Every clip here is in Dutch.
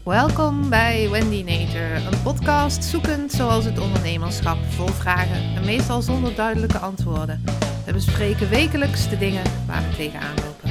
Welkom bij Wendy Nature, een podcast zoekend zoals het ondernemerschap, vol vragen en meestal zonder duidelijke antwoorden. We bespreken wekelijks de dingen waar we tegenaan lopen.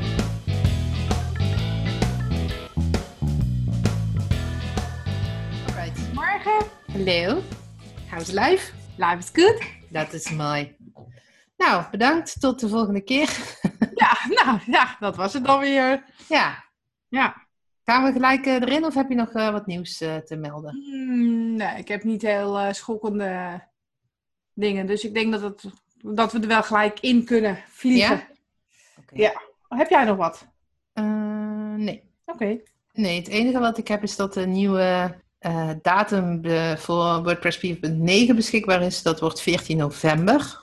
Alright, morgen. Hallo, how's life? Life is good. Dat is mooi. Nou, bedankt, tot de volgende keer. Ja, dat was het dan weer. Ja. Gaan we gelijk erin of heb je nog wat nieuws te melden? Nee, ik heb niet heel schokkende dingen. Dus ik denk dat we er wel gelijk in kunnen vliegen. Ja? Okay. Ja. Heb jij nog wat? Nee. Oké. Nee, het enige wat ik heb is dat de nieuwe datum voor WordPress 4.9 beschikbaar is. Dat wordt 14 november.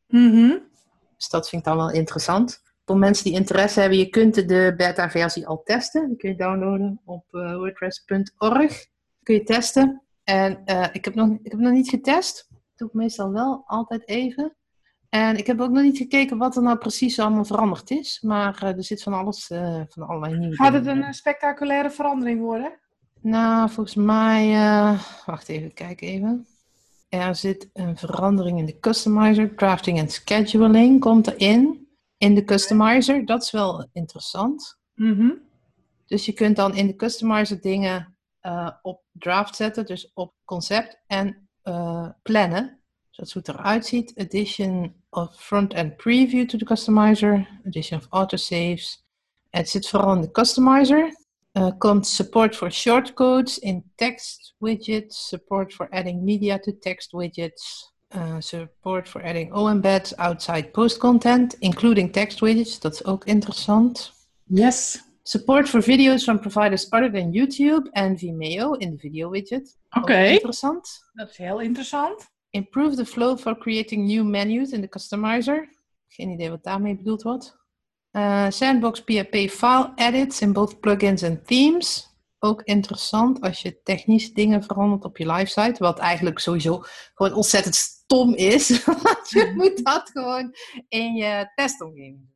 Dus dat vind ik dan wel interessant. Voor mensen die interesse hebben, je kunt de beta-versie al testen. Die kun je downloaden op wordpress.org. Kun je testen. En ik heb nog niet getest. Dat doe ik meestal wel altijd even. En ik heb ook nog niet gekeken wat er nou precies allemaal veranderd is. Maar er zit van alles, van allerlei nieuwe Gaat dingen. het een spectaculaire verandering worden? Nou, volgens mij... wacht even, kijk even. Er zit een verandering in de customizer. Drafting en scheduling komt erin. In de customizer, dat is wel interessant. Dus je kunt dan in de customizer dingen op draft zetten, dus op concept en plannen. Zodat het eruit ziet. Addition of front-end preview to the customizer. Addition of autosaves. Het zit vooral in de customizer. Komt support for shortcodes in text widgets. Support for adding media to text widgets. Support for adding embeds outside post content, including text widgets. Dat is ook interessant. Yes. Support for videos from providers other than YouTube en Vimeo in de video widget. Oké. Interessant. Dat is heel interessant. Improve the flow for creating new menus in de customizer. Geen idee wat daarmee bedoeld wordt. Sandbox PHP file edits in both plugins en themes. Ook interessant als je technisch dingen verandert op je live site. Wat eigenlijk sowieso gewoon ontzettend stom is. Want je moet dat gewoon in je testomgeving doen.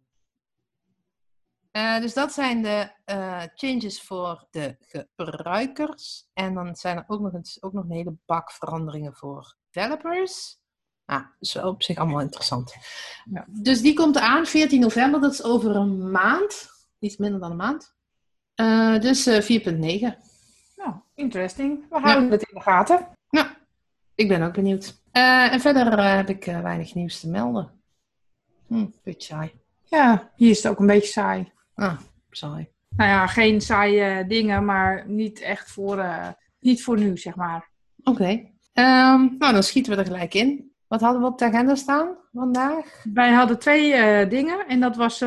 Dus dat zijn de changes voor de gebruikers. En dan zijn er ook nog een hele bak veranderingen voor developers. Dat is wel op zich allemaal interessant. Ja. Dus die komt aan 14 november. Dat is over een maand. Iets minder dan een maand. Dus 4.9. Nou, interesting. We houden het in de gaten. Nou, ik ben ook benieuwd. En verder heb ik weinig nieuws te melden. Beetje saai. Ja, hier is het ook een beetje saai. Saai. Nou ja, geen saaie dingen, maar niet echt niet voor nu, zeg maar. Oké. Nou, dan schieten we er gelijk in. Wat hadden we op de agenda staan vandaag? Wij hadden 2 dingen. En dat was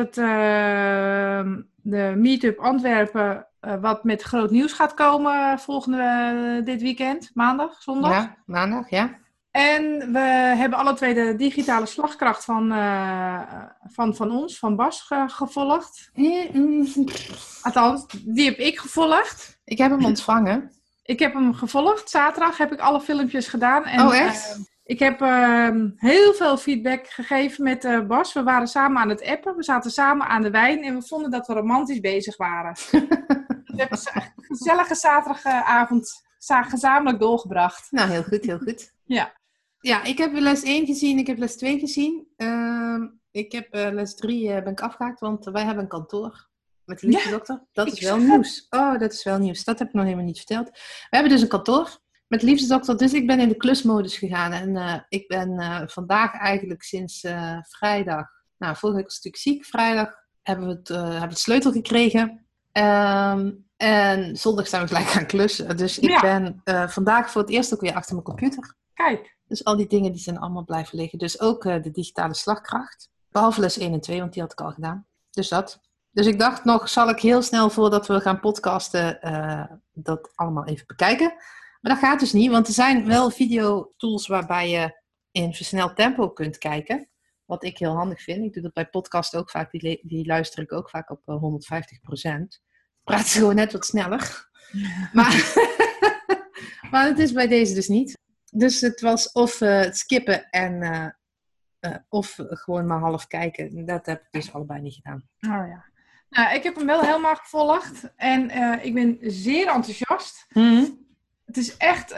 de Meetup Antwerpen, wat met groot nieuws gaat komen dit weekend. Maandag, zondag. Ja, maandag, ja. En we hebben alle 2 de digitale slagkracht van ons, van Bas, gevolgd. Althans, die heb ik gevolgd. Ik heb hem ontvangen. Ik heb hem gevolgd. Zaterdag heb ik alle filmpjes gedaan. En, echt? Ik heb heel veel feedback gegeven met Bas. We waren samen aan het appen. We zaten samen aan de wijn. En we vonden dat we romantisch bezig waren. We hebben een gezellige zaterdagavond gezamenlijk doorgebracht. Nou, heel goed, heel goed. Ja. Ja, ik heb les 1 gezien. Ik heb les 2 gezien. Ik heb les 3 ben ik afgehaakt. Want wij hebben een kantoor. Met de liefdesdokter. Dat is wel nieuws. Oh, dat is wel nieuws. Dat heb ik nog helemaal niet verteld. We hebben dus een kantoor. Met de liefdesdokter, dus ik ben in de klusmodus gegaan. En ik ben vandaag eigenlijk sinds vrijdag... Nou, vorige week was ik natuurlijk ziek. Vrijdag hebben we het sleutel gekregen. En zondag zijn we gelijk gaan klussen. Dus ik ben vandaag voor het eerst ook weer achter mijn computer. Kijk. Dus al die dingen die zijn allemaal blijven liggen. Dus ook de digitale slagkracht. Behalve les 1 en 2, want die had ik al gedaan. Dus dat. Dus ik dacht nog, zal ik heel snel voordat we gaan podcasten dat allemaal even bekijken. Maar dat gaat dus niet, want er zijn wel videotools waarbij je in versneld tempo kunt kijken. Wat ik heel handig vind. Ik doe dat bij podcast ook vaak. Die luister ik ook vaak op 150%. Praat ze gewoon net wat sneller. Maar, maar het is bij deze dus niet. Dus het was of skippen of gewoon maar half kijken. Dat heb ik dus allebei niet gedaan. Oh ja. Nou, ik heb hem wel helemaal gevolgd en ik ben zeer enthousiast. Het is echt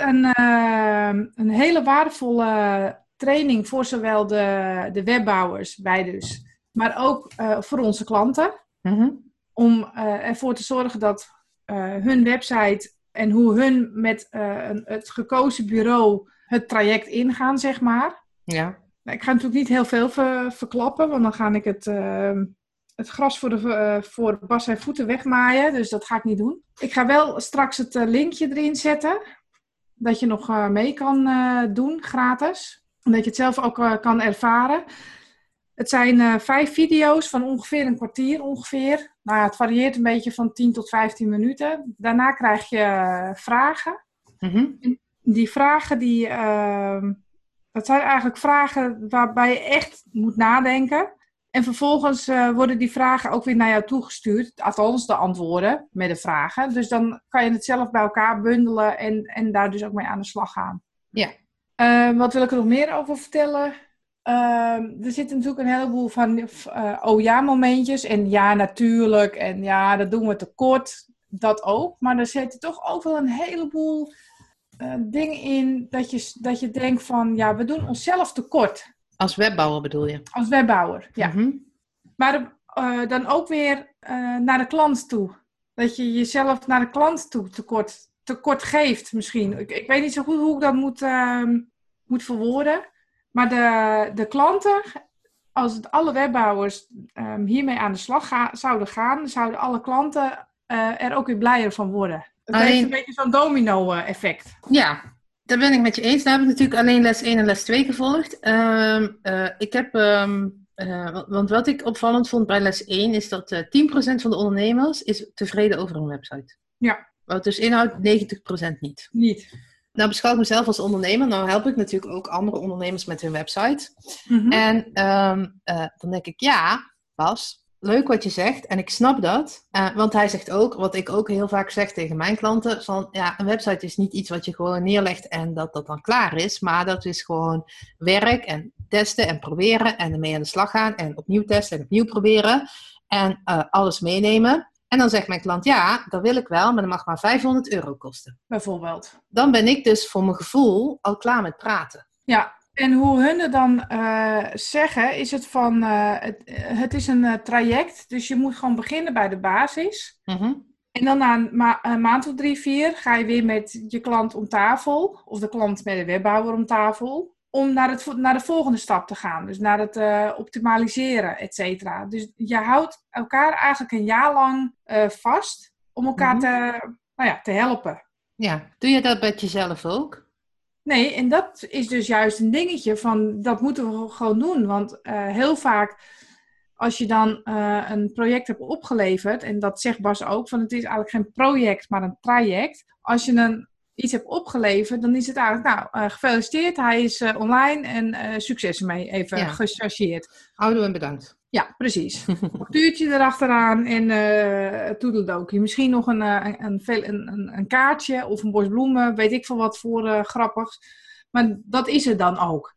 een hele waardevolle training voor zowel de webbouwers, wij dus, maar ook voor onze klanten. Om ervoor te zorgen dat hun website en hoe hun met het gekozen bureau het traject ingaan, zeg maar. Ja. Ik ga natuurlijk niet heel veel verklappen, want dan ga ik het gras voor Bas en voeten wegmaaien. Dus dat ga ik niet doen. Ik ga wel straks het linkje erin zetten. Dat je nog mee kan doen, gratis. En dat je het zelf ook kan ervaren. Het zijn 5 video's van ongeveer een kwartier ongeveer. Nou, het varieert een beetje van 10 tot 15 minuten. Daarna krijg je vragen. En die vragen, dat zijn eigenlijk vragen waarbij je echt moet nadenken. En vervolgens worden die vragen ook weer naar jou toegestuurd. Althans, de antwoorden met de vragen. Dus dan kan je het zelf bij elkaar bundelen en daar dus ook mee aan de slag gaan. Ja. Wat wil ik er nog meer over vertellen? Er zitten natuurlijk een heleboel van oh ja momentjes. En ja, natuurlijk. En ja, dat doen we tekort. Dat ook. Maar er zitten toch ook wel een heleboel dingen in dat je denkt van ja, we doen onszelf tekort. Als webbouwer bedoel je? Als webbouwer, ja. Maar dan ook weer naar de klant toe. Dat je jezelf naar de klant toe tekort geeft misschien. Ik weet niet zo goed hoe ik dat moet verwoorden. Maar de klanten, als alle webbouwers hiermee aan de slag zouden gaan, zouden alle klanten er ook weer blijer van worden. Het heeft een beetje zo'n domino-effect. Ja, daar ben ik met je eens. Daar heb ik natuurlijk alleen les 1 en les 2 gevolgd. Ik heb, want wat ik opvallend vond bij les 1 is dat 10% van de ondernemers is tevreden over een website. Ja. Wat dus inhoudt 90% niet. Nou beschouw ik mezelf als ondernemer. Nou help ik natuurlijk ook andere ondernemers met hun website. En dan denk ik, ja, Bas, leuk wat je zegt. En ik snap dat. Want hij zegt ook, wat ik ook heel vaak zeg tegen mijn klanten, van ja, een website is niet iets wat je gewoon neerlegt en dat dan klaar is. Maar dat is gewoon werk en testen en proberen en ermee aan de slag gaan en opnieuw testen en opnieuw proberen. En alles meenemen. En dan zegt mijn klant, ja, dat wil ik wel, maar dat mag maar €500 kosten. Bijvoorbeeld. Dan ben ik dus voor mijn gevoel al klaar met praten. Ja, en hoe hun het dan zeggen, is het van, het is een traject, dus je moet gewoon beginnen bij de basis. En dan na een maand of 3, 4 ga je weer met je klant om tafel, of de klant met de webbouwer om tafel, om naar de volgende stap te gaan. Dus naar het optimaliseren, et cetera. Dus je houdt elkaar eigenlijk een jaar lang vast om elkaar te helpen. Ja, doe je dat met jezelf ook? Nee, en dat is dus juist een dingetje van, dat moeten we gewoon doen. Want heel vaak, als je dan een project hebt opgeleverd, en dat zegt Bas ook, van het is eigenlijk geen project, maar een traject. Als je dan iets hebt opgeleverd, dan is het eigenlijk, gefeliciteerd, hij is online en succes ermee, even gechargeerd. Houdoe en bedankt. Ja, precies. Factuurtje erachteraan en toedeldokie. Misschien nog een kaartje of een bos bloemen, weet ik veel wat voor grappigs. Maar dat is het dan ook.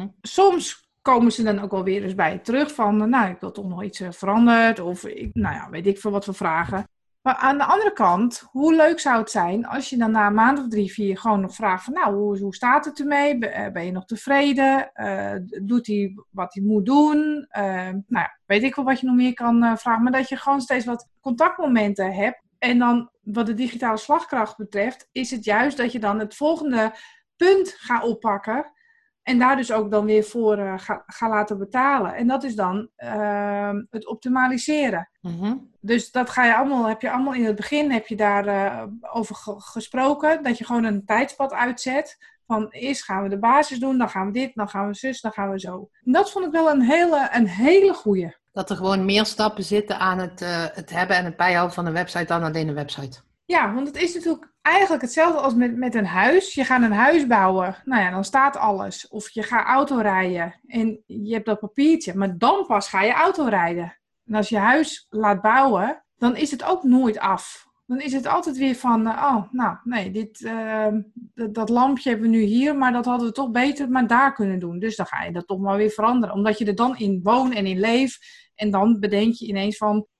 Soms komen ze dan ook wel weer eens bij je terug van, ik wil toch nog iets veranderd of weet ik veel wat voor vragen. Maar aan de andere kant, hoe leuk zou het zijn als je dan na een maand of 3, 4 gewoon nog vraagt van, hoe staat het ermee? Ben je nog tevreden? Doet hij wat hij moet doen? Weet ik wel wat je nog meer kan vragen. Maar dat je gewoon steeds wat contactmomenten hebt. En dan, wat de digitale slagkracht betreft, is het juist dat je dan het volgende punt gaat oppakken. En daar dus ook dan weer voor ga laten betalen. En dat is dan het optimaliseren. Dus dat heb je allemaal in het begin heb je daar over gesproken. Dat je gewoon een tijdspad uitzet. Van eerst gaan we de basis doen, dan gaan we dit, dan gaan we zus, dan gaan we zo. En dat vond ik wel een hele goeie. Dat er gewoon meer stappen zitten aan het hebben en het bijhouden van een website dan alleen een website. Ja, want het is natuurlijk eigenlijk hetzelfde als met een huis. Je gaat een huis bouwen, dan staat alles. Of je gaat auto rijden en je hebt dat papiertje, maar dan pas ga je auto rijden. En als je huis laat bouwen, dan is het ook nooit af. Dan is het altijd weer van, dat lampje hebben we nu hier, maar dat hadden we toch beter maar daar kunnen doen. Dus dan ga je dat toch maar weer veranderen. Omdat je er dan in woont en in leeft. En dan bedenk je ineens van,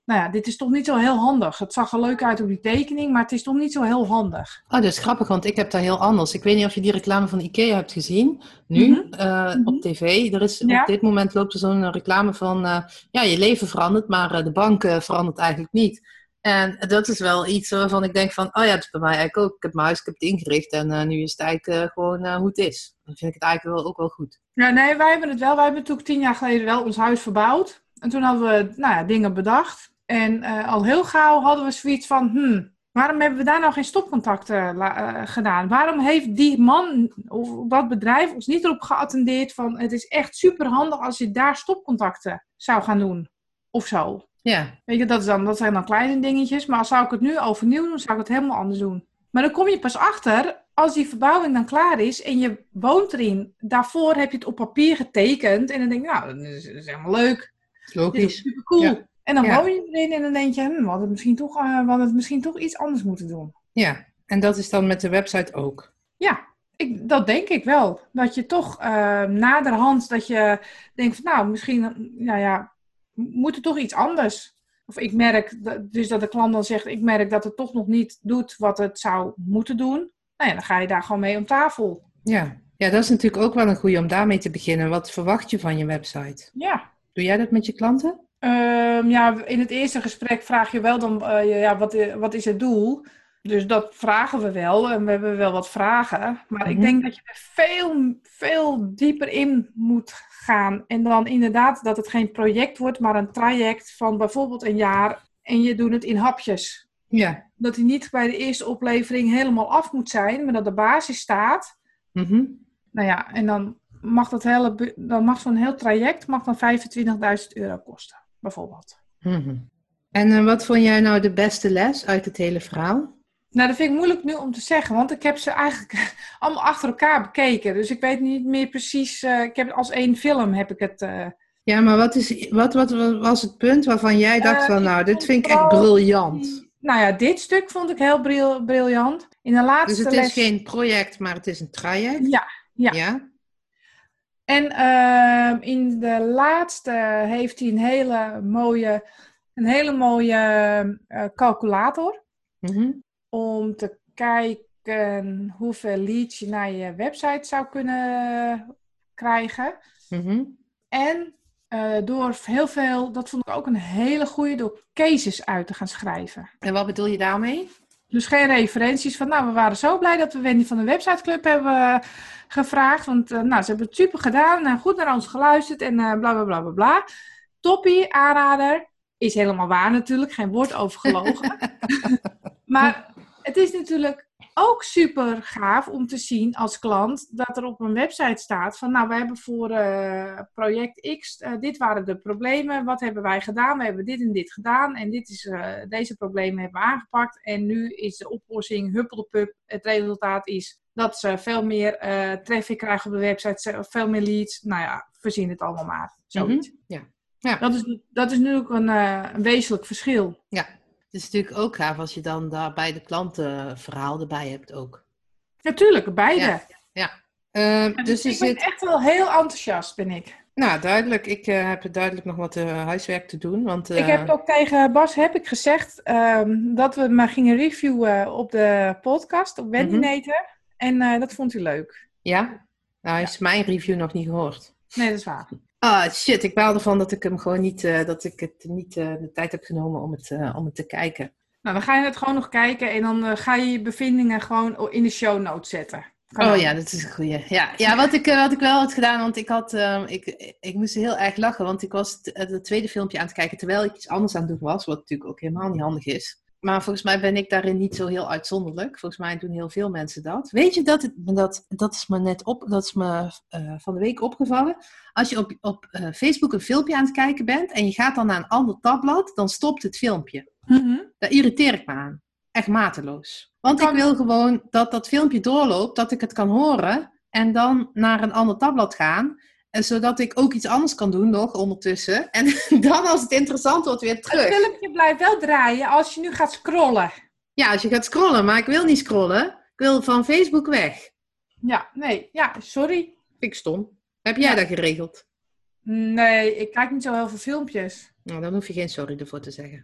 nou ja, dit is toch niet zo heel handig. Het zag er leuk uit op die tekening, maar het is toch niet zo heel handig. Oh, dat is grappig, want ik heb daar heel anders. Ik weet niet of je die reclame van IKEA hebt gezien, nu, op tv. Er is, Ja. op dit moment loopt er zo'n reclame van, je leven verandert, maar de bank verandert eigenlijk niet. En dat is wel iets waarvan ik denk van, oh ja, dat is bij mij eigenlijk ook. Ik heb mijn huis, ik heb het ingericht en nu is het eigenlijk gewoon hoe het is. Dan vind ik het eigenlijk wel, ook wel goed. Ja, nee, wij hebben het wel. Wij hebben natuurlijk 10 jaar geleden wel ons huis verbouwd. En toen hadden we dingen bedacht. En al heel gauw hadden we zoiets van, waarom hebben we daar nou geen stopcontacten gedaan? Waarom heeft die man of dat bedrijf ons niet erop geattendeerd van, het is echt super handig als je daar stopcontacten zou gaan doen? Of zo. Ja. Weet je, dat zijn dan kleine dingetjes. Maar als zou ik het nu overnieuw doen, zou ik het helemaal anders doen. Maar dan kom je pas achter, als die verbouwing dan klaar is en je woont erin. Daarvoor heb je het op papier getekend. En dan denk je, nou, dat is helemaal leuk. Logisch. Dit is super cool. Ja. En dan Ja. woon je erin en dan denk je, we hadden het misschien toch iets anders moeten doen. Ja, en dat is dan met de website ook. Ja, dat denk ik wel. Dat je toch naderhand, dat je denkt van, nou, misschien, moet er toch iets anders. Of ik merk, dus dat de klant dan zegt, ik merk dat het toch nog niet doet wat het zou moeten doen. Nou ja, dan ga je daar gewoon mee om tafel. Ja, dat is natuurlijk ook wel een goeie om daarmee te beginnen. Wat verwacht je van je website? Ja. Doe jij dat met je klanten? In het eerste gesprek vraag je wel dan, wat is het doel? Dus dat vragen we wel en we hebben wel wat vragen. Maar ik denk dat je er veel, veel dieper in moet gaan. En dan inderdaad dat het geen project wordt, maar een traject van bijvoorbeeld een jaar. En je doet het in hapjes. Ja. Dat hij niet bij de eerste oplevering helemaal af moet zijn, maar dat de basis staat. Mm-hmm. Nou ja, en dan mag zo'n heel traject dan €25.000 kosten, bijvoorbeeld. Mm-hmm. En wat vond jij nou de beste les uit het hele verhaal? Nou, dat vind ik moeilijk nu om te zeggen, want ik heb ze eigenlijk allemaal achter elkaar bekeken. Dus ik weet niet meer precies, ik heb als één film heb ik het... Ja, maar wat was het punt waarvan jij dacht van, nou, dit vind ik echt briljant? Nou ja, dit stuk vond ik heel briljant. In de laatste dus het is geen project, maar het is een traject? Ja. En in de laatste heeft hij een hele mooie calculator. Mm-hmm. Om te kijken hoeveel leads je naar je website zou kunnen krijgen. Mm-hmm. En door heel veel, dat vond ik ook een hele goede, door cases uit te gaan schrijven. En wat bedoel je daarmee? Dus geen referenties van, nou, we waren zo blij dat we Wendy van de websiteclub hebben gevraagd. Want ze hebben het super gedaan, goed naar ons geluisterd en bla bla bla bla bla. Toppie, aanrader. Is helemaal waar natuurlijk, geen woord over gelogen. Maar het is natuurlijk ook super gaaf om te zien als klant dat er op een website staat van, nou, we hebben voor project X, dit waren de problemen, wat hebben wij gedaan? We hebben dit en dit gedaan en deze problemen hebben we aangepakt en nu is de oplossing huppeldepup. Het resultaat is dat ze veel meer traffic krijgen op de website, veel meer leads. Nou ja, verzin het allemaal maar. Zoiets. Mm-hmm. Ja. Dat is natuurlijk een wezenlijk verschil. Ja. Het is natuurlijk ook gaaf als je dan daar bij de klantenverhaal erbij hebt ook. Natuurlijk, beide. Ja. Dus ik ben echt wel heel enthousiast, ben ik. Nou, duidelijk. Ik heb duidelijk nog wat huiswerk te doen. Want, Ik heb ook tegen Bas gezegd dat we maar gingen reviewen op de podcast, op Wendynator. En dat vond hij leuk. Ja? Nou, hij is mijn review nog niet gehoord. Nee, dat is waar. Ah, shit. Ik baal ervan dat ik hem gewoon niet, dat ik het niet de tijd heb genomen om het te kijken. Nou, dan ga je het gewoon nog kijken en dan ga je je bevindingen gewoon in de show notes zetten. Ja, dat is een goeie. Ja, wat ik wel had gedaan, want ik moest heel erg lachen, want ik was het tweede filmpje aan het kijken terwijl ik iets anders aan het doen was, wat natuurlijk ook helemaal niet handig is. Maar volgens mij ben ik daarin niet zo heel uitzonderlijk. Volgens mij doen heel veel mensen dat. Weet je, dat is me van de week opgevallen. Als je op Facebook een filmpje aan het kijken bent en je gaat dan naar een ander tabblad, dan stopt het filmpje. Mm-hmm. Daar irriteer ik me aan. Echt mateloos. Want ik wil gewoon dat filmpje doorloopt, dat ik het kan horen en dan naar een ander tabblad gaan. En zodat ik ook iets anders kan doen nog ondertussen. En dan als het interessant wordt weer terug. Het filmpje blijft wel draaien als je nu gaat scrollen. Ja, als je gaat scrollen. Maar ik wil niet scrollen. Ik wil van Facebook weg. Ja, nee. Ja, sorry. Vind ik stom. Heb jij dat geregeld? Nee, ik kijk niet zo heel veel filmpjes. Nou, dan hoef je geen sorry ervoor te zeggen.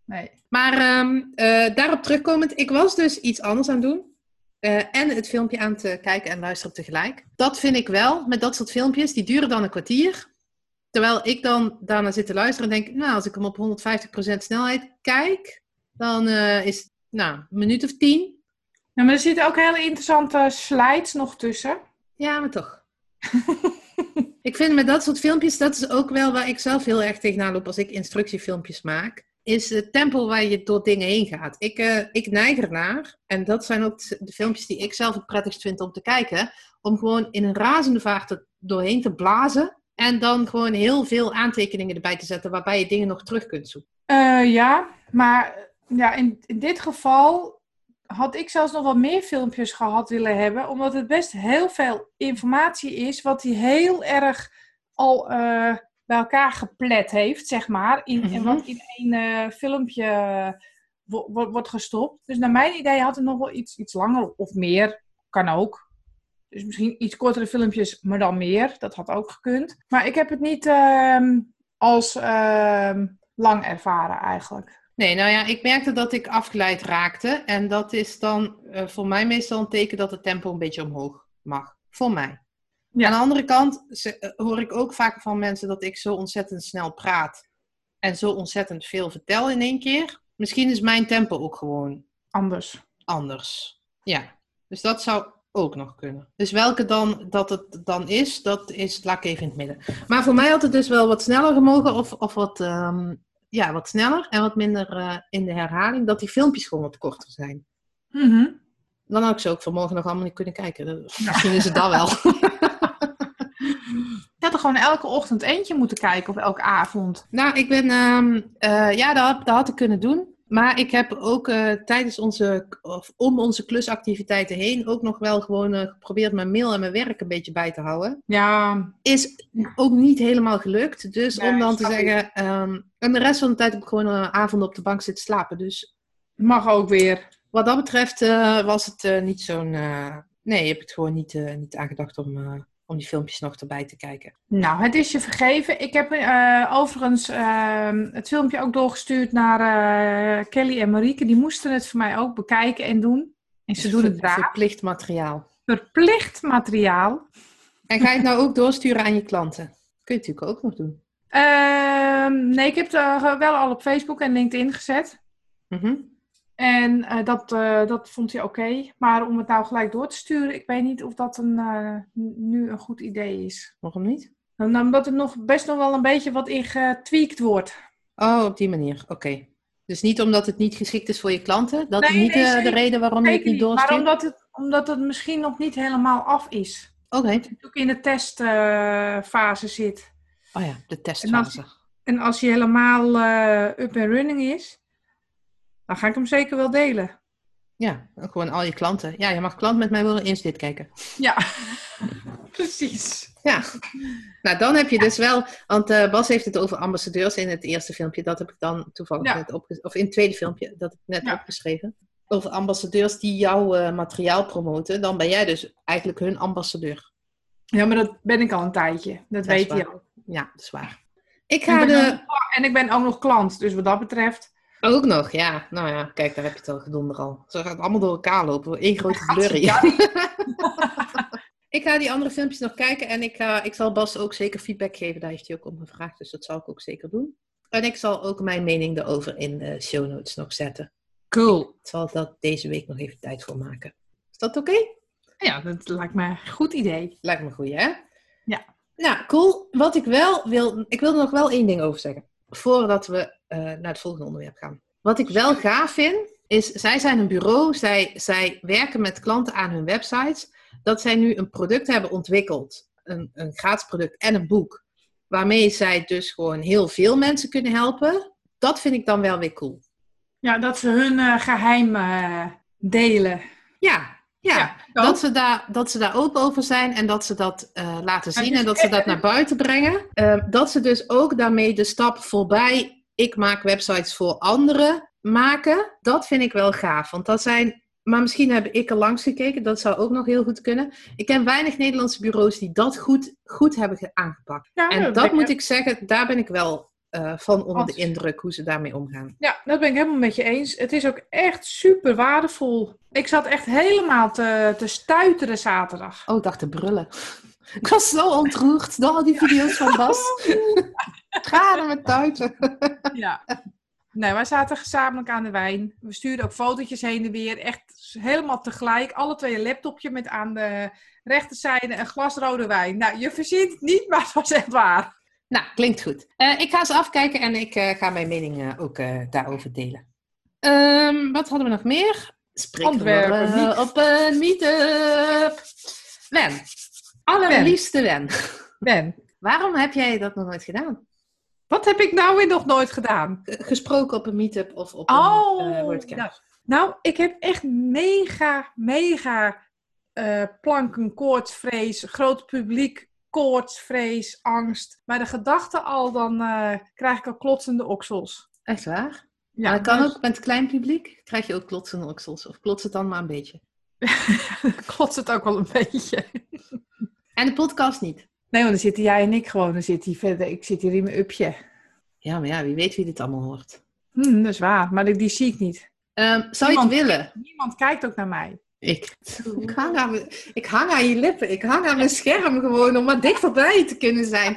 Nee. Maar daarop terugkomend, ik was dus iets anders aan het doen. En het filmpje aan het kijken en luisteren tegelijk. Dat vind ik wel, met dat soort filmpjes, die duren dan een kwartier. Terwijl ik dan daarna zit te luisteren en denk, nou, als ik hem op 150% snelheid kijk, dan is het een minuut of 10. Ja, maar er zitten ook hele interessante slides nog tussen. Ja, maar toch. Ik vind met dat soort filmpjes, dat is ook wel waar ik zelf heel erg tegenaan loop als ik instructiefilmpjes maak. Is het tempo waar je door dingen heen gaat. Ik neig ernaar, en dat zijn ook de filmpjes die ik zelf het prettigst vind om te kijken, om gewoon in een razende vaart er doorheen te blazen en dan gewoon heel veel aantekeningen erbij te zetten waarbij je dingen nog terug kunt zoeken. Ja, maar in dit geval had ik zelfs nog wat meer filmpjes gehad willen hebben, omdat het best heel veel informatie is wat hij heel erg al bij elkaar geplet heeft, zeg maar. En wat in één filmpje wordt gestopt. Dus naar mijn idee had het nog wel iets langer of meer. Kan ook. Dus misschien iets kortere filmpjes, maar dan meer. Dat had ook gekund. Maar ik heb het niet als lang ervaren eigenlijk. Nee, nou ja, ik merkte dat ik afgeleid raakte. En dat is dan voor mij meestal een teken dat het tempo een beetje omhoog mag. Voor mij. Ja. Aan de andere kant hoor ik ook vaak van mensen dat ik zo ontzettend snel praat. En zo ontzettend veel vertel in één keer. Misschien is mijn tempo ook gewoon anders. Ja, dus dat zou ook nog kunnen. Dus welke dat het dan is, laat ik even in het midden. Maar voor mij had het dus wel wat sneller gemogen of wat sneller en wat minder in de herhaling. Dat die filmpjes gewoon wat korter zijn. Mm-hmm. Dan had ik ze ook vanmorgen nog allemaal niet kunnen kijken. Misschien is het dat wel. Je had er gewoon elke ochtend eentje moeten kijken of elke avond. Nou, ik ben... dat had ik kunnen doen. Maar ik heb ook tijdens om onze klusactiviteiten heen ook nog wel gewoon geprobeerd mijn mail en mijn werk een beetje bij te houden. Ja. Is ook niet helemaal gelukt. Dus nee, om dan te zeggen... en de rest van de tijd heb ik gewoon een avond op de bank zitten slapen. Dus mag ook weer. Wat dat betreft was het niet zo'n... nee, je hebt het gewoon niet aangedacht om die filmpjes nog erbij te kijken. Nou, het is je vergeven. Ik heb overigens het filmpje ook doorgestuurd naar Kelly en Marieke. Die moesten het voor mij ook bekijken en doen. En ze doen het braaf. Verplicht materiaal. Verplicht materiaal. En ga je het nou ook doorsturen aan je klanten? Kun je natuurlijk ook nog doen. Nee, ik heb het wel al op Facebook en LinkedIn gezet. Mm-hmm. En dat vond hij oké. Maar om het nou gelijk door te sturen, ik weet niet of dat nu een goed idee is. Waarom niet? Omdat het best nog wel een beetje wat in getweakt wordt. Oh, op die manier. Oké. Dus niet omdat het niet geschikt is voor je klanten? Dat is niet de reden waarom je het niet doorstuurt? Maar omdat het misschien nog niet helemaal af is. Oké. Dat je ook in de testfase zit. Oh ja, de testfase. En als hij helemaal up and running is, dan ga ik hem zeker wel delen. Ja, gewoon al je klanten. Ja, je mag klant met mij willen eerst dit kijken. Ja, precies. Ja, nou dan heb je dus wel... Want Bas heeft het over ambassadeurs in het eerste filmpje. Dat heb ik dan toevallig net of in het tweede filmpje, dat heb ik net opgeschreven. Over ambassadeurs die jouw materiaal promoten. Dan ben jij dus eigenlijk hun ambassadeur. Ja, maar dat ben ik al een tijdje. Dat weet je al. Ja, dat is waar. En ik ben ook nog klant, dus wat dat betreft... Ook nog, ja. Nou ja, kijk, daar heb je het al gedonder al. Zo gaat het allemaal door elkaar lopen. Eén grote blurry. Ik ga die andere filmpjes nog kijken en ik zal Bas ook zeker feedback geven. Daar heeft hij ook om gevraagd, dus dat zal ik ook zeker doen. En ik zal ook mijn mening erover in de show notes nog zetten. Cool. Ik zal dat deze week nog even tijd voor maken. Is dat oké? Ja, dat lijkt me een goed idee. Lijkt me goed, hè? Ja. Nou, cool. Wat ik wel wil... Ik wil er nog wel één ding over zeggen. Voordat we naar het volgende onderwerp gaan. Wat ik wel gaaf vind, is... Zij zijn een bureau. Zij werken met klanten aan hun websites. Dat zij nu een product hebben ontwikkeld. Een gratis product en een boek. Waarmee zij dus gewoon heel veel mensen kunnen helpen. Dat vind ik dan wel weer cool. Ja, dat ze hun geheim delen. Ja, dat ze daar open over zijn en dat ze dat laten zien en dat ze dat naar buiten brengen. Dat ze dus ook daarmee de stap voorbij, ik maak websites voor anderen, maken. Dat vind ik wel gaaf, want dat zijn... Maar misschien heb ik er langs gekeken, dat zou ook nog heel goed kunnen. Ik ken weinig Nederlandse bureaus die dat goed hebben aangepakt. Ja, en dat moet ik zeggen, daar ben ik wel van onder de indruk hoe ze daarmee omgaan. Ja, dat ben ik helemaal met je eens. Het is ook echt super waardevol. Ik zat echt helemaal te stuiteren zaterdag. Oh, ik dacht te brullen. Ik was zo ontroerd door al die video's van Bas. Tranen met tuiten. Ja. Nee, wij zaten gezamenlijk aan de wijn. We stuurden ook fotootjes heen en weer. Echt helemaal tegelijk. Alle twee een laptopje met aan de rechterzijde een glas rode wijn. Nou, je verzint het niet, maar het was echt waar. Nou, klinkt goed. Ik ga ze afkijken en ik ga mijn mening ook daarover delen. Wat hadden we nog meer? Antwerpen, Op een meetup. Wen. Allerliefste Wen. Ben, Waarom heb jij dat nog nooit gedaan? wat heb ik nou weer nog nooit gedaan? Gesproken op een meetup of op een WordCamp. Nou, ik heb echt mega planken, koortsvrees, groot publiek, koortsvrees, angst. Bij de gedachte al, dan krijg ik al klotsende oksels. Echt waar? Ja, maar dat kan dus... ook met klein publiek. Krijg je ook klotsende oksels? Of klotst het dan maar een beetje? Klotst het ook wel een beetje. En de podcast niet? Nee, want dan zitten jij en ik gewoon. Dan zit hij verder. Ik zit hier in mijn upje. Ja, maar ja, wie weet wie dit allemaal hoort. Dat is waar, maar die zie ik niet. Zou je het willen? Niemand kijkt ook naar mij. Ik hang aan je lippen. Ik hang aan mijn scherm gewoon om wat dichterbij te kunnen zijn.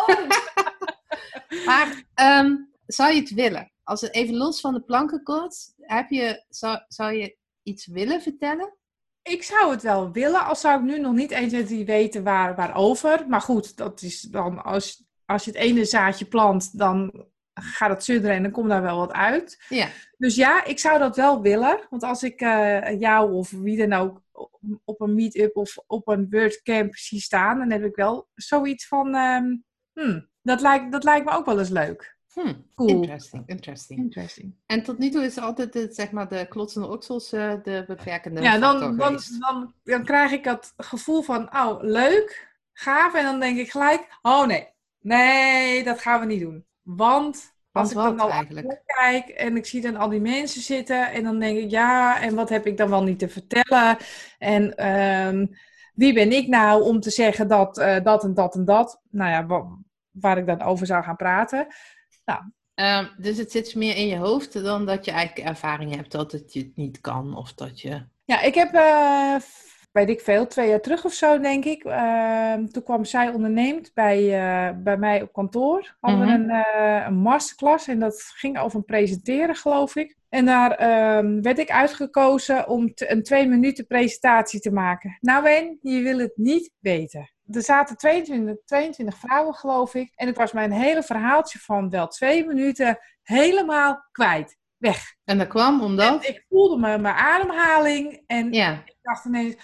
Maar zou je het willen? Als het even los van de plankenkoorts, zou je iets willen vertellen? Ik zou het wel willen, al zou ik nu nog niet eens weten waarover. Maar goed, dat is dan als je het ene zaadje plant, dan gaat het sudderen en dan komt daar wel wat uit. Ja. Dus ja, ik zou dat wel willen. Want als ik jou of wie dan ook op een meet-up of op een WordCamp zie staan, dan heb ik wel zoiets van, dat lijkt me ook wel eens leuk. Cool. Interesting. En tot nu toe is altijd zeg maar de klotsende oksels de beperkende factor geweest. Dan krijg ik dat gevoel van, oh, leuk, gaaf. En dan denk ik gelijk, oh nee, dat gaan we niet doen. Want als ik dan al eigenlijk kijk en ik zie dan al die mensen zitten en dan denk ik, ja, en wat heb ik dan wel niet te vertellen? En wie ben ik nou om te zeggen dat en dat en dat? Nou ja, waar ik dan over zou gaan praten. Nou. Dus het zit meer in je hoofd dan dat je eigenlijk ervaring hebt dat het je niet kan of dat je... Ja, ik heb, weet ik veel, 2 jaar terug of zo denk ik. Toen kwam Zij Onderneemt bij mij op kantoor. Hadden we een masterclass en dat ging over een presenteren, geloof ik. En daar werd ik uitgekozen om een 2 minuten presentatie te maken. Nou Wen, je wil het niet weten. Er zaten 22 vrouwen, geloof ik. En het was mijn hele verhaaltje van wel 2 minuten helemaal kwijt. Weg. En dat kwam omdat? En ik voelde mijn ademhaling. En ik dacht ineens...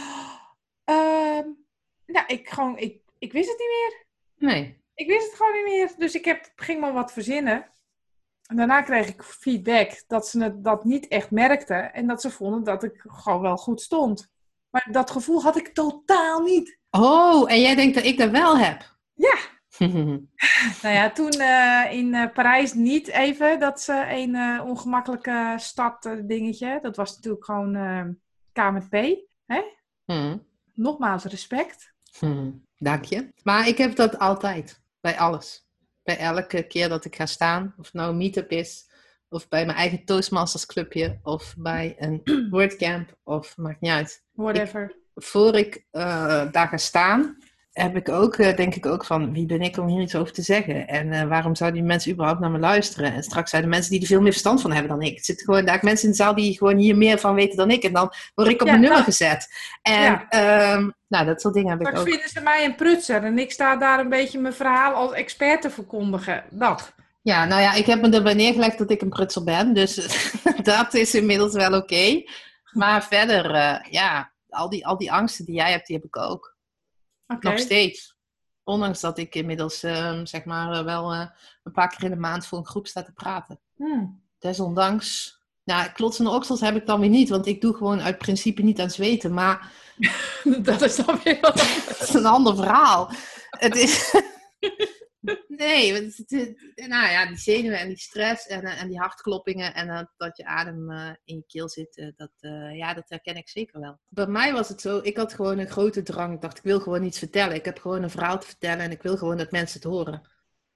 ik wist het niet meer. Nee. Ik wist het gewoon niet meer. Dus ik ging maar wat verzinnen. En daarna kreeg ik feedback dat ze dat niet echt merkten. En dat ze vonden dat ik gewoon wel goed stond. Maar dat gevoel had ik totaal niet. Oh, en jij denkt dat ik dat wel heb? Ja. Nou ja, toen in Parijs niet even. Dat is een ongemakkelijke startdingetje. Dat was natuurlijk gewoon K met P. Hè? Nogmaals respect. Dank je. Maar ik heb dat altijd. Bij alles. Bij elke keer dat ik ga staan. Of het nou een meetup is. Of bij mijn eigen Toastmasters clubje. Of bij een WordCamp. Of maakt niet uit. Whatever. Voor ik daar ga staan, heb ik ook, denk ik ook van, wie ben ik om hier iets over te zeggen? En waarom zouden die mensen überhaupt naar me luisteren? En straks zijn er mensen die er veel meer verstand van hebben dan ik. Er zitten gewoon daar mensen in de zaal die gewoon hier meer van weten dan ik. En dan word ik op mijn nummer gezet. En nou, dat soort dingen heb ik ook. Straks vinden ze mij een prutser en ik sta daar een beetje mijn verhaal als expert te verkondigen. Dat. Ja, nou ja, ik heb me erbij neergelegd dat ik een prutser ben. Dus dat is inmiddels wel oké. Maar verder, al die angsten die jij hebt, die heb ik ook. Okay. Nog steeds. Ondanks dat ik inmiddels wel een paar keer in de maand voor een groep sta te praten. Desondanks. Nou, klotsende oksels heb ik dan weer niet. Want ik doe gewoon uit principe niet aan zweten. Maar dat is dan weer wat anders. Dat is een ander verhaal. Het is... Nee, nou ja, die zenuwen en die stress en die hartkloppingen en dat je adem in je keel zit, dat herken ik zeker wel. Bij mij was het zo, ik had gewoon een grote drang. Ik dacht, ik wil gewoon iets vertellen. Ik heb gewoon een verhaal te vertellen en ik wil gewoon dat mensen het horen.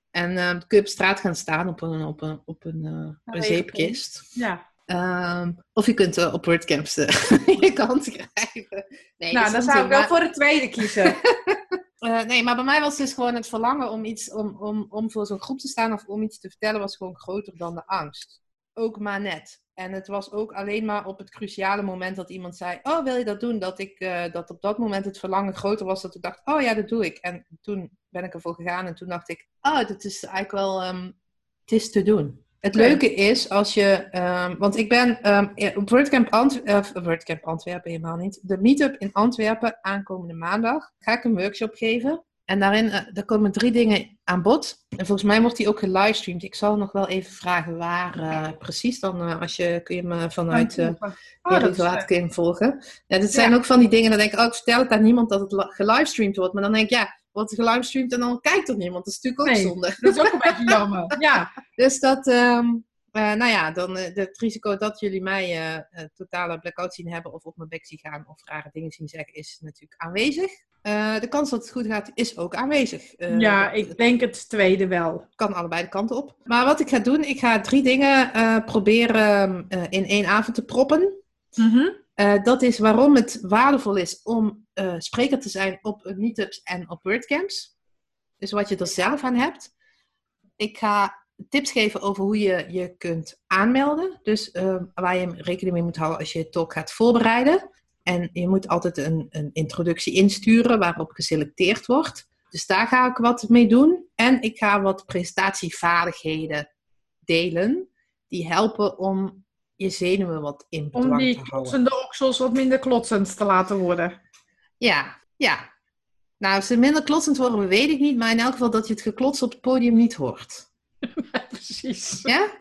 En kun je op straat gaan staan op een zeepkist. Ja. Of je kunt op WordCamps je kant krijgen. Nee, Nou, dan zou ik wel voor het tweede kiezen. Nee, maar bij mij was dus gewoon het verlangen om voor zo'n groep te staan of om iets te vertellen, was gewoon groter dan de angst. Ook maar net. En het was ook alleen maar op het cruciale moment dat iemand zei, oh, wil je dat doen? Dat op dat moment het verlangen groter was, dat ik dacht, oh ja, dat doe ik. En toen ben ik ervoor gegaan en toen dacht ik, oh, dat is eigenlijk wel, het is te doen. Het leuke is, als je, want ik ben op WordCamp Antwerpen helemaal niet. De meetup in Antwerpen aankomende maandag ga ik een workshop geven. En daarin daar komen 3 dingen aan bod. En volgens mij wordt die ook gelivestreamd. Ik zal nog wel even vragen waar precies. Dan kun je me vanuit Heerhugowaard volgen. Ja, dit zijn ook van die dingen, dan denk ik, ik vertel het aan niemand dat het gelivestreamd wordt. Maar dan denk ik, wordt gelivestreamd en dan kijkt er niemand. Dat is natuurlijk ook zonde. Dat is ook een beetje jammer. Ja. Dus dat, dan het risico dat jullie mij totale blackout zien hebben of op mijn bek zien gaan of rare dingen zien zeggen is natuurlijk aanwezig. De kans dat het goed gaat is ook aanwezig. Ik denk het tweede wel. Kan allebei de kanten op. Maar wat ik ga doen, ik ga 3 dingen proberen in 1 avond te proppen. Mm-hmm. Dat is waarom het waardevol is om spreker te zijn op meetups en op WordCamps. Dus wat je er zelf aan hebt. Ik ga tips geven over hoe je je kunt aanmelden. Dus waar je rekening mee moet houden als je je talk gaat voorbereiden. En je moet altijd een introductie insturen waarop geselecteerd wordt. Dus daar ga ik wat mee doen. En ik ga wat presentatievaardigheden delen. Die helpen om je zenuwen wat in bedwang te houden. Om die klotsende oksels wat minder klotsend te laten worden. Ja. Nou, of ze minder klotsend worden, weet ik niet. Maar in elk geval dat je het geklots op het podium niet hoort. Precies. Ja?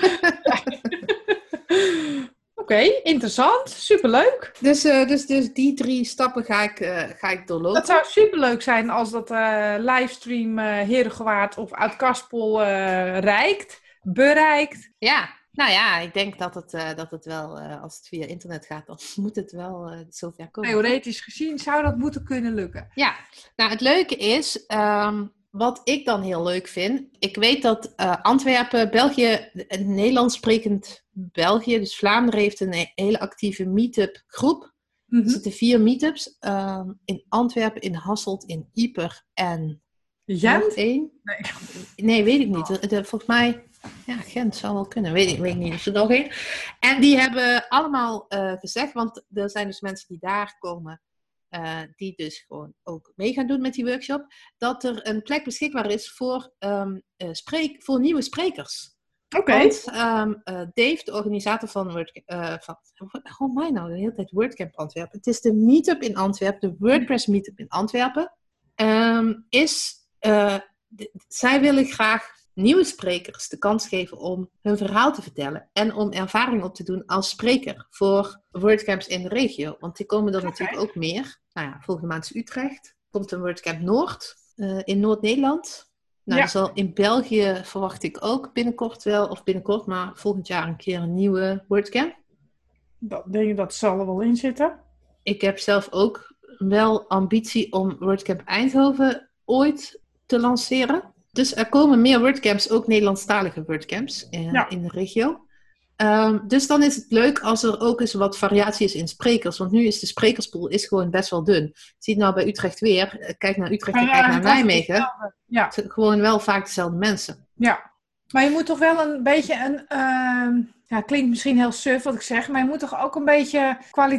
Oké, interessant. Superleuk. Dus die 3 stappen ga ik doorlopen. Dat zou superleuk zijn als dat livestream Heerhugowaard of Oud-Kaspel bereikt. Ja, nou ja, ik denk dat het wel, als het via internet gaat, dan moet het wel zover komen. Theoretisch gezien zou dat moeten kunnen lukken. Ja, nou het leuke is, wat ik dan heel leuk vind, ik weet dat Antwerpen, België, een Nederlands sprekend België, dus Vlaanderen heeft een hele actieve meetup groep. Mm-hmm. Er zitten 4 meetups in Antwerpen, in Hasselt, in Ieper en Gent? 1. Nee, weet ik niet. Volgens mij, Gent zou wel kunnen. Weet ik niet of er nog 1. En die hebben allemaal gezegd, want er zijn dus mensen die daar komen, die dus gewoon ook mee gaan doen met die workshop, dat er een plek beschikbaar is voor nieuwe sprekers. Oké. Want Dave, de organisator van de hele tijd WordCamp Antwerpen. Het is de meetup in Antwerpen, de WordPress meetup in Antwerpen. Zij willen graag nieuwe sprekers de kans geven om hun verhaal te vertellen. En om ervaring op te doen als spreker voor WordCamps in de regio. Want die komen er natuurlijk ook meer. Nou ja, volgende maand is Utrecht. Komt een WordCamp Noord in Noord-Nederland. Nou, dus al in België verwacht ik ook binnenkort, maar volgend jaar een keer een nieuwe WordCamp. Dat zal er wel in zitten. Ik heb zelf ook wel ambitie om WordCamp Eindhoven ooit te lanceren. Dus er komen meer WordCamps, ook Nederlandstalige WordCamps in de regio. Dus dan is het leuk als er ook eens wat variatie is in sprekers. Want nu is de sprekerspool gewoon best wel dun. Je ziet nou bij Utrecht weer. Kijk naar Utrecht en kijk naar Nijmegen. Het zijn gewoon wel vaak dezelfde mensen. Ja, maar je moet toch wel een beetje klinkt misschien heel suf wat ik zeg. Maar je moet toch ook een beetje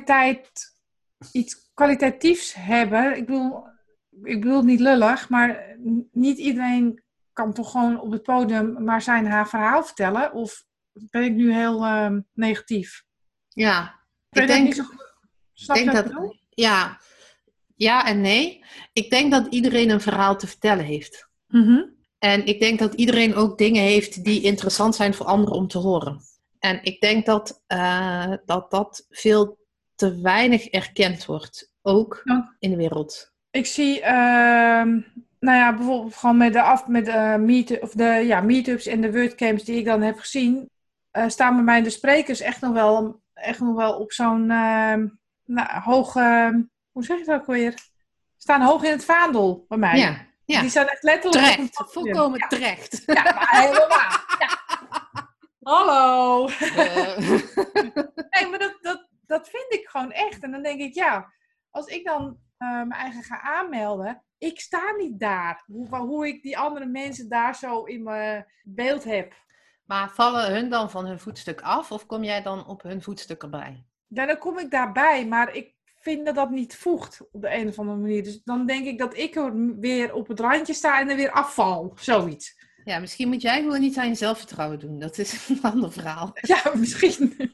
iets kwalitatiefs hebben. Ik bedoel het niet lullig, maar niet iedereen kan toch gewoon op het podium maar haar verhaal vertellen. Of ben ik nu heel negatief? Ja, ik denk niet zo goed. Snap je dat? Ja en nee. Ik denk dat iedereen een verhaal te vertellen heeft. Mm-hmm. En ik denk dat iedereen ook dingen heeft die interessant zijn voor anderen om te horen. En ik denk dat dat veel te weinig erkend wordt. Ook in de wereld. Ik zie, bijvoorbeeld gewoon met de meetups en de WordCamps die ik dan heb gezien, staan bij mij de sprekers echt nog wel op zo'n hoog, hoe zeg je dat ook weer? Staan hoog in het vaandel bij mij. Ja. Die zijn echt letterlijk... Terecht, volkomen terecht. Ja, maar helemaal. Ja. Hallo. Nee, maar dat vind ik gewoon echt. En dan denk ik, ja, als ik dan mijn eigen ga aanmelden, ik sta niet daar. Hoe ik die andere mensen daar zo in mijn beeld heb. Maar vallen hun dan van hun voetstuk af of kom jij dan op hun voetstuk erbij? Ja, dan kom ik daarbij, maar ik vind dat dat niet voegt op de een of andere manier. Dus dan denk ik dat ik er weer op het randje sta en er weer afval. Zoiets. Ja, misschien moet jij gewoon iets aan je zelfvertrouwen doen. Dat is een ander verhaal. Ja, misschien.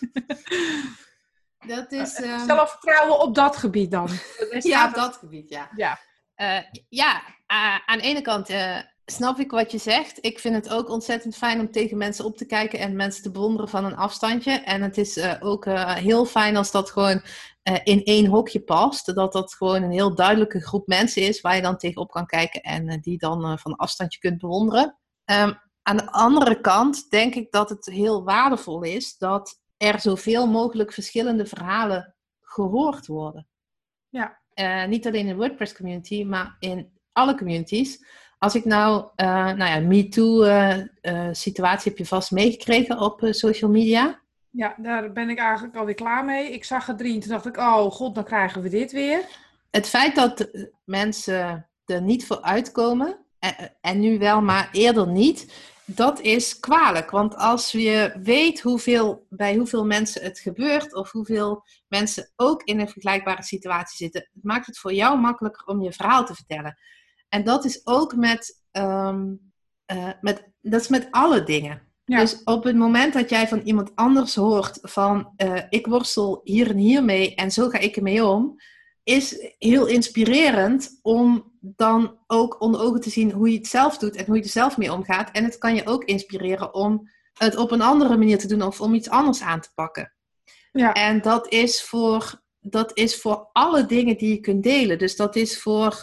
Dat is... Zelfvertrouwen op dat gebied dan. Ja, op dat gebied, ja. Ja. Aan de ene kant snap ik wat je zegt. Ik vind het ook ontzettend fijn om tegen mensen op te kijken en mensen te bewonderen van een afstandje. En het is ook heel fijn als dat gewoon in één hokje past. Dat gewoon een heel duidelijke groep mensen is waar je dan tegenop kan kijken en die dan van een afstandje kunt bewonderen. Aan de andere kant denk ik dat het heel waardevol is dat er zoveel mogelijk verschillende verhalen gehoord worden. Ja. Niet alleen in de WordPress community, maar in alle communities. Als ik MeToo situatie heb je vast meegekregen op social media. Ja, daar ben ik eigenlijk alweer klaar mee. Ik zag het 3 en toen dacht ik, oh god, dan krijgen we dit weer. Het feit dat mensen er niet voor uitkomen, en nu wel, maar eerder niet, dat is kwalijk. Want als je weet bij hoeveel mensen het gebeurt, of hoeveel mensen ook in een vergelijkbare situatie zitten, maakt het voor jou makkelijker om je verhaal te vertellen. En dat is ook met alle dingen. Ja. Dus op het moment dat jij van iemand anders hoort van ik worstel hier en hier mee en zo ga ik ermee om, is heel inspirerend om dan ook onder ogen te zien hoe je het zelf doet en hoe je er zelf mee omgaat. En het kan je ook inspireren om het op een andere manier te doen of om iets anders aan te pakken. Ja. En dat is voor alle dingen die je kunt delen. Dus dat is voor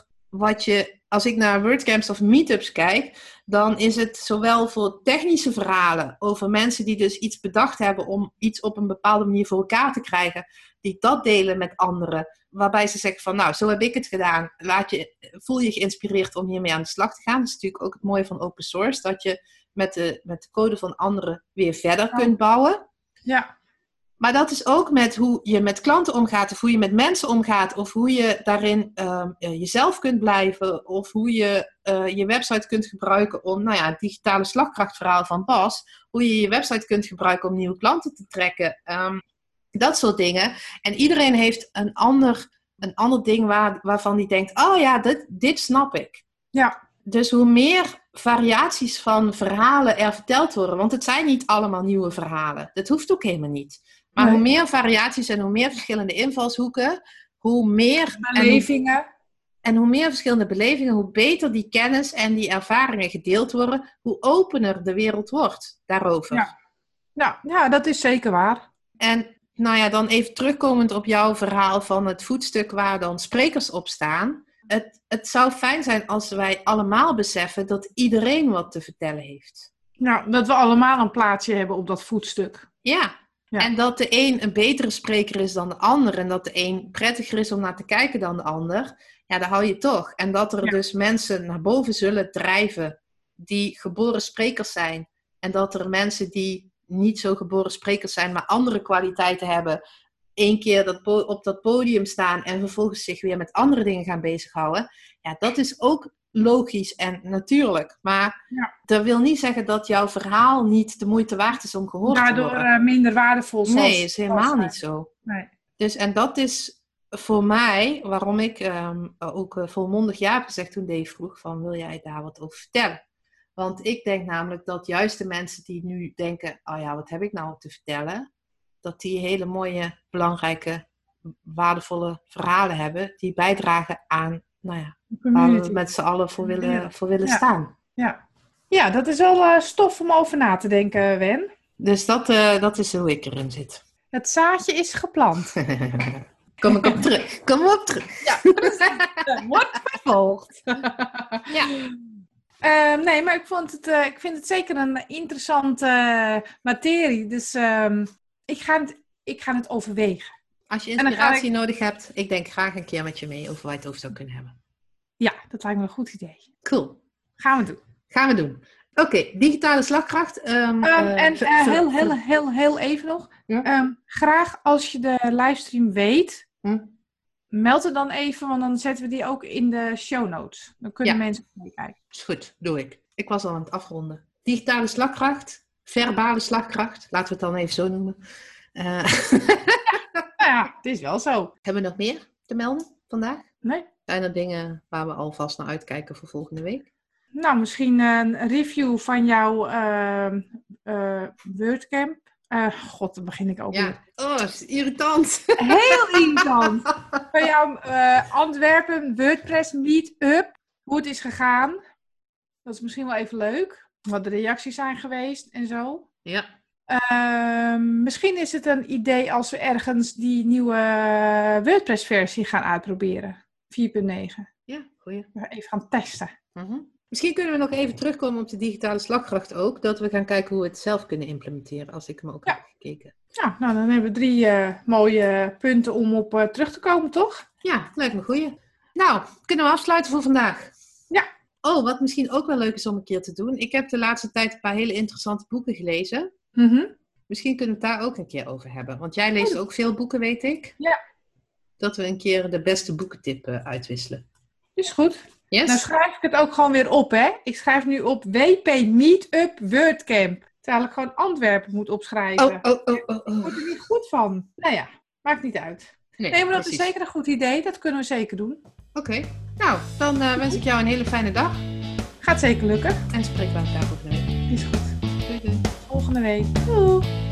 als ik naar WordCamps of meetups kijk, dan is het zowel voor technische verhalen over mensen die dus iets bedacht hebben om iets op een bepaalde manier voor elkaar te krijgen, die dat delen met anderen, waarbij ze zeggen van, nou, zo heb ik het gedaan, voel je geïnspireerd om hiermee aan de slag te gaan. Dat is natuurlijk ook het mooie van open source, dat je met de code van anderen weer verder kunt bouwen. Ja. Maar dat is ook met hoe je met klanten omgaat, of hoe je met mensen omgaat, of hoe je daarin jezelf kunt blijven, of hoe je je website kunt gebruiken om, het digitale slagkrachtverhaal van Bas, hoe je je website kunt gebruiken om nieuwe klanten te trekken, dat soort dingen. En iedereen heeft een ander ding waarvan die denkt, oh ja, dit snap ik. Ja. Dus hoe meer variaties van verhalen er verteld worden, want het zijn niet allemaal nieuwe verhalen. Dat hoeft ook helemaal niet. Maar hoe meer variaties en hoe meer verschillende invalshoeken, hoe meer belevingen. En hoe meer verschillende belevingen, hoe beter die kennis en die ervaringen gedeeld worden, hoe opener de wereld wordt daarover. Ja, dat is zeker waar. En dan even terugkomend op jouw verhaal van het voetstuk waar dan sprekers op staan. Het zou fijn zijn als wij allemaal beseffen dat iedereen wat te vertellen heeft. Nou, dat we allemaal een plaatsje hebben op dat voetstuk. Ja. En dat de een betere spreker is dan de ander. En dat de een prettiger is om naar te kijken dan de ander. Ja, daar hou je toch. En dat er dus mensen naar boven zullen drijven die geboren sprekers zijn. En dat er mensen die niet zo geboren sprekers zijn, maar andere kwaliteiten hebben, 1 keer op dat podium staan en vervolgens zich weer met andere dingen gaan bezighouden. Ja, dat is ook logisch en natuurlijk. Maar dat wil niet zeggen dat jouw verhaal niet de moeite waard is om gehoord te worden. Daardoor minder waardevol. Nee, is helemaal niet zo. Nee. Dus, en dat is voor mij waarom ik ook volmondig ja heb gezegd toen Dave vroeg van, wil jij daar wat over vertellen? Want ik denk namelijk dat juist de mensen die nu denken, oh ja, wat heb ik nou te vertellen? Dat die hele mooie, belangrijke, waardevolle verhalen hebben die bijdragen aan, waar we met z'n allen voor willen staan. Ja, dat is wel stof om over na te denken, Wen. Dus dat is hoe ik erin zit. Het zaadje is geplant. Kom ik op terug. Kom op terug. Ja, wordt vervolgd. Ja. Nee, maar ik vind het zeker een interessante materie. Dus ik ga het overwegen. Als je inspiratie nodig hebt, ik denk graag een keer met je mee over waar je het over zou kunnen hebben. Ja, dat lijkt me een goed idee. Cool. Gaan we doen. Gaan we doen. Oké, digitale slagkracht. Heel even nog. Ja? Graag als je de livestream weet, Hm? meld het dan even, want dan zetten we die ook in de show notes. Dan kunnen mensen meekijken. Is goed, doe ik. Ik was al aan het afronden. Digitale slagkracht, verbale slagkracht, laten we het dan even zo noemen. Ja, het is wel zo. Hebben we nog meer te melden vandaag? Nee? Zijn er dingen waar we alvast naar uitkijken voor volgende week? Nou, misschien een review van jouw WordCamp. God, dan begin ik ook weer. Oh, is irritant. Heel irritant. Van jouw Antwerpen WordPress Meetup. Hoe het is gegaan. Dat is misschien wel even leuk. Wat de reacties zijn geweest en zo. Ja. Misschien is het een idee als we ergens die nieuwe WordPress versie gaan uitproberen. 4.9. Ja, goeie. Even gaan testen. Misschien kunnen we nog even terugkomen op de digitale slagkracht ook. Dat we gaan kijken hoe we het zelf kunnen implementeren. Als ik hem ook heb gekeken. Ja, nou dan hebben we 3 mooie punten om op terug te komen, toch? Ja, lijkt me goeie. Nou, kunnen we afsluiten voor vandaag? Ja. Oh, wat misschien ook wel leuk is om een keer te doen. Ik heb de laatste tijd een paar hele interessante boeken gelezen. Misschien kunnen we het daar ook een keer over hebben. Want jij leest ook veel boeken, weet ik. Ja. Dat we een keer de beste boekentip uitwisselen. Is goed. Yes? Nou schrijf ik het ook gewoon weer op, hè. Ik schrijf nu op WP Meetup WordCamp. Terwijl ik gewoon Antwerpen moet opschrijven. Oh. Word er niet goed van. Nou ja, maakt niet uit. Nee, maar dat is zeker een goed idee. Dat kunnen we zeker doen. Oké. Nou, dan wens ik jou een hele fijne dag. Gaat zeker lukken. En spreken we elkaar volgende week. Is goed. Doei. Volgende week. Doei.